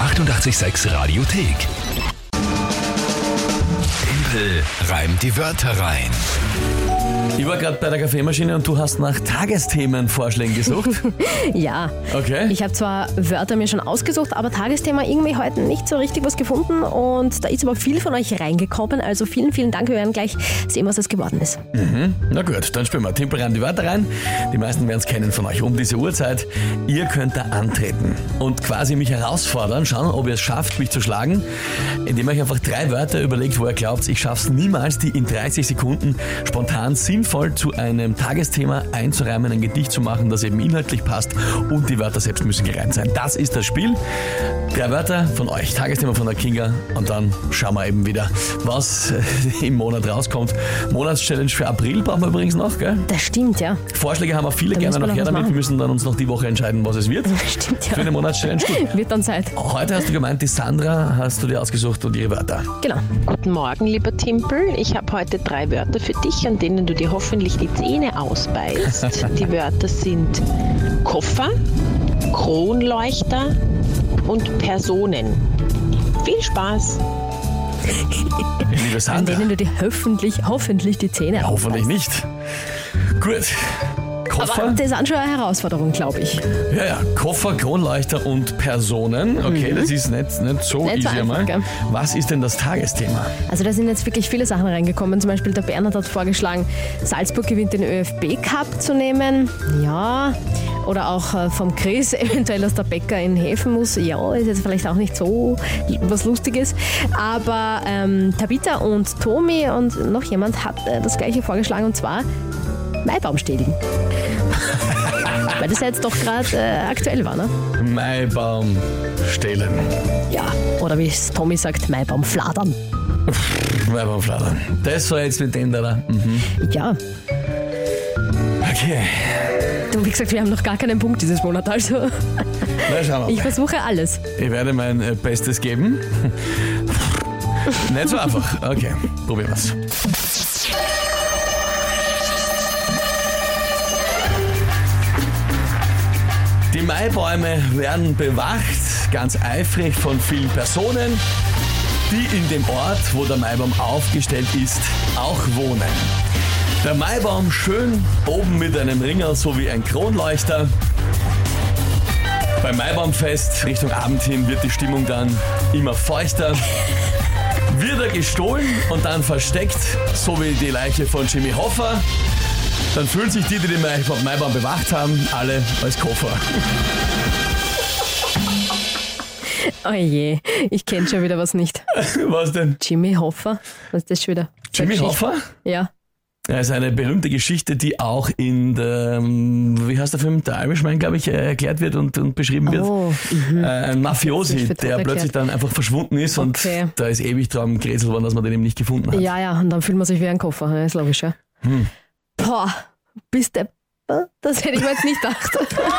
886 Radiothek. Tempel reimt die Wörter rein. Ich war gerade bei der Kaffeemaschine und du hast nach Tagesthemenvorschlägen gesucht. Ja, Okay. ich habe zwar Wörter mir schon ausgesucht, aber Tagesthema irgendwie heute nicht so richtig was gefunden und da ist aber viel von euch reingekommen, also vielen, vielen Dank. Wir werden gleich sehen, was das geworden ist. Na gut, dann spielen wir. Tempel reimt die Wörter rein. Die meisten werden es kennen von euch um diese Uhrzeit. Ihr könnt da antreten und quasi mich herausfordern, schauen, ob ihr es schafft, mich zu schlagen, indem ihr euch einfach 3 Wörter überlegt, wo ihr glaubt, ich schaffe es niemals, die in 30 Sekunden spontan sinnvoll zu einem Tagesthema einzureimen, ein Gedicht zu machen, das eben inhaltlich passt und die Wörter selbst müssen gereimt sein. Das ist das Spiel. 3 Wörter von euch, Tagesthema von der Kinga und dann schauen wir eben wieder, was im Monat rauskommt. Monatschallenge für April brauchen wir übrigens noch, gell? Das stimmt, ja. Vorschläge haben wir viele, Da gerne müssen wir noch her noch was damit. Wir machen. müssen dann uns noch die Woche entscheiden, was es wird. Stimmt, Für ja. eine Monatschallenge. Gut. Wird dann Zeit. Heute hast du gemeint, die Sandra hast du dir ausgesucht und ihre Wörter. Genau. Guten Morgen, lieber Timpel. Ich habe heute 3 Wörter für dich, an denen du dir hoffentlich die Zähne ausbeißt. Die Wörter sind Koffer, Kronleuchter und Personen. Viel Spaß! Liebe An Sandra. denen du dir hoffentlich die Zähne Hoffentlich ausbeißt. nicht. Gut. Aber Koffer. das ist schon eine Herausforderung, glaube ich. Ja, Koffer, Kronleuchter und Personen. Okay, das ist nicht so Nicht so easy einfach, einmal. gell? Was ist denn das Tagesthema? Also da sind jetzt wirklich viele Sachen reingekommen. Zum Beispiel der Bernhard hat vorgeschlagen, Salzburg gewinnt den ÖFB-Cup zu nehmen. Ja. Oder auch vom Chris, eventuell, dass der Bäcker in Häfen muss. Ja, ist jetzt vielleicht auch nicht so was Lustiges. Aber Tabitha und Tomi und noch jemand hat das gleiche vorgeschlagen, und zwar Maibaum stehlen. Weil das ja jetzt doch gerade aktuell war, ne? Maibaum stehlen. Ja. Oder wie es Tomi sagt, Maibaum fladern. Maibaum fladern. Das war jetzt mit dem da. Ja. Okay. Du, wie gesagt, wir haben noch gar keinen Punkt dieses Monat, also Na, schauen wir ich mal. versuche alles. Ich werde mein Bestes geben. Nicht so einfach. Okay, probieren wir's. Die Maibäume werden bewacht, ganz eifrig von vielen Personen, die in dem Ort, wo der Maibaum aufgestellt ist, auch wohnen. Der Maibaum schön oben mit einem Ringel sowie ein Kronleuchter. Beim Maibaumfest Richtung Abend hin wird die Stimmung dann immer feuchter. Wird er gestohlen und dann versteckt, so wie die Leiche von Jimmy Hoffa, dann fühlen sich die den Maibaum bewacht haben, alle als Koffer. Oh je, ich kenne schon wieder was nicht. Was denn? Jimmy Hoffa? Was ist das schon wieder? Jimmy Hoffa? Ja. Das ist eine berühmte Geschichte, die auch in der, wie heißt der Film, der Irishman, glaube ich, erklärt wird und beschrieben wird. Oh, Ein Mafiosi, Das wird der tot plötzlich erklärt. dann einfach verschwunden ist Okay. und da ist ewig dran gerätselt worden, dass man den eben nicht gefunden hat. Ja, und dann fühlt man sich wie ein Koffer, ja, ist logisch, ja. Boah, bist du... Das hätte ich mir jetzt nicht gedacht.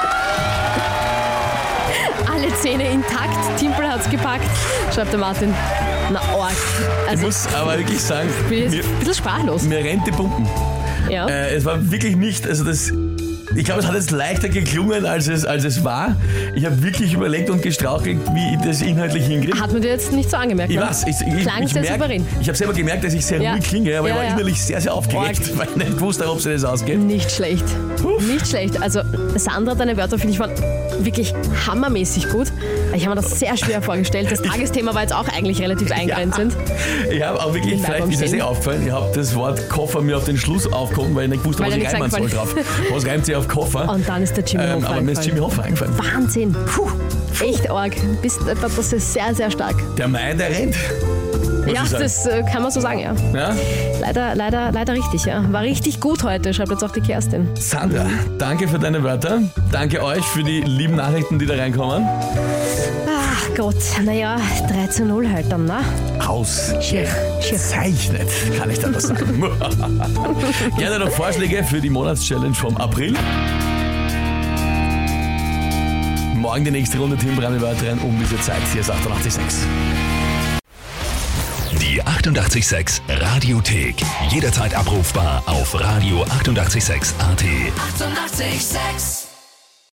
Alle Zähne intakt, Timpel hat's gepackt, schreibt der Martin. Na, arg. Ich Also, muss aber wirklich sagen, ich bin jetzt ein bisschen sprachlos. mir rennt die Pumpen. Ja. Es war wirklich nicht, also das, ich glaube, es hat jetzt leichter geklungen, als es war. Ich habe wirklich überlegt und gestrauchelt, wie ich das inhaltlich hinkriege. Hat man dir jetzt nicht so angemerkt, Ich ne? weiß, ich Klang sehr souverän. ich habe selber gemerkt, dass ich sehr Ja. ruhig klinge, aber ich Ja, war ja. innerlich sehr, sehr aufgeregt, weil ich nicht wusste, ob sie das ausgeht. Nicht schlecht. Nicht schlecht. Also Sandra, deine Wörter finde ich waren wirklich hammermäßig gut. Ich habe mir das sehr schwer vorgestellt. Das Tagesthema war jetzt auch eigentlich relativ eingrenzend. Ich habe auch wirklich, Den vielleicht Maibaum ist es stehen. aufgefallen, ich habe das Wort Koffer mir auf den Schluss aufgehoben, weil ich nicht gewusst habe, Weil was ich dir reimen nichts soll drauf. Was reimt sich auf Koffer? Und dann ist der Jimmy Hoffa aber mir ist Jimmy Hoffa eingefallen. Wahnsinn. Echt arg. Das ist sehr, sehr stark. Der Mai, der rennt. muss Ja, ich sagen. das kann man so sagen, ja. Ja? Leider richtig, ja. War richtig gut heute, schreibt jetzt auch die Kerstin. Sandra, danke für deine Wörter. Danke euch für die lieben Nachrichten, die da reinkommen. Ach Gott, naja, 3:0 halt dann, ne? Ausgezeichnet, kann ich da was sagen. Gerne noch Vorschläge für die Monatschallenge vom April. Morgen die nächste Runde Team Brand Wörter rein um diese Zeit. Hier ist 88.6. Die 88.6 Radiothek. Jederzeit abrufbar auf radio886.at. 88.6. Eighty-eight, 6.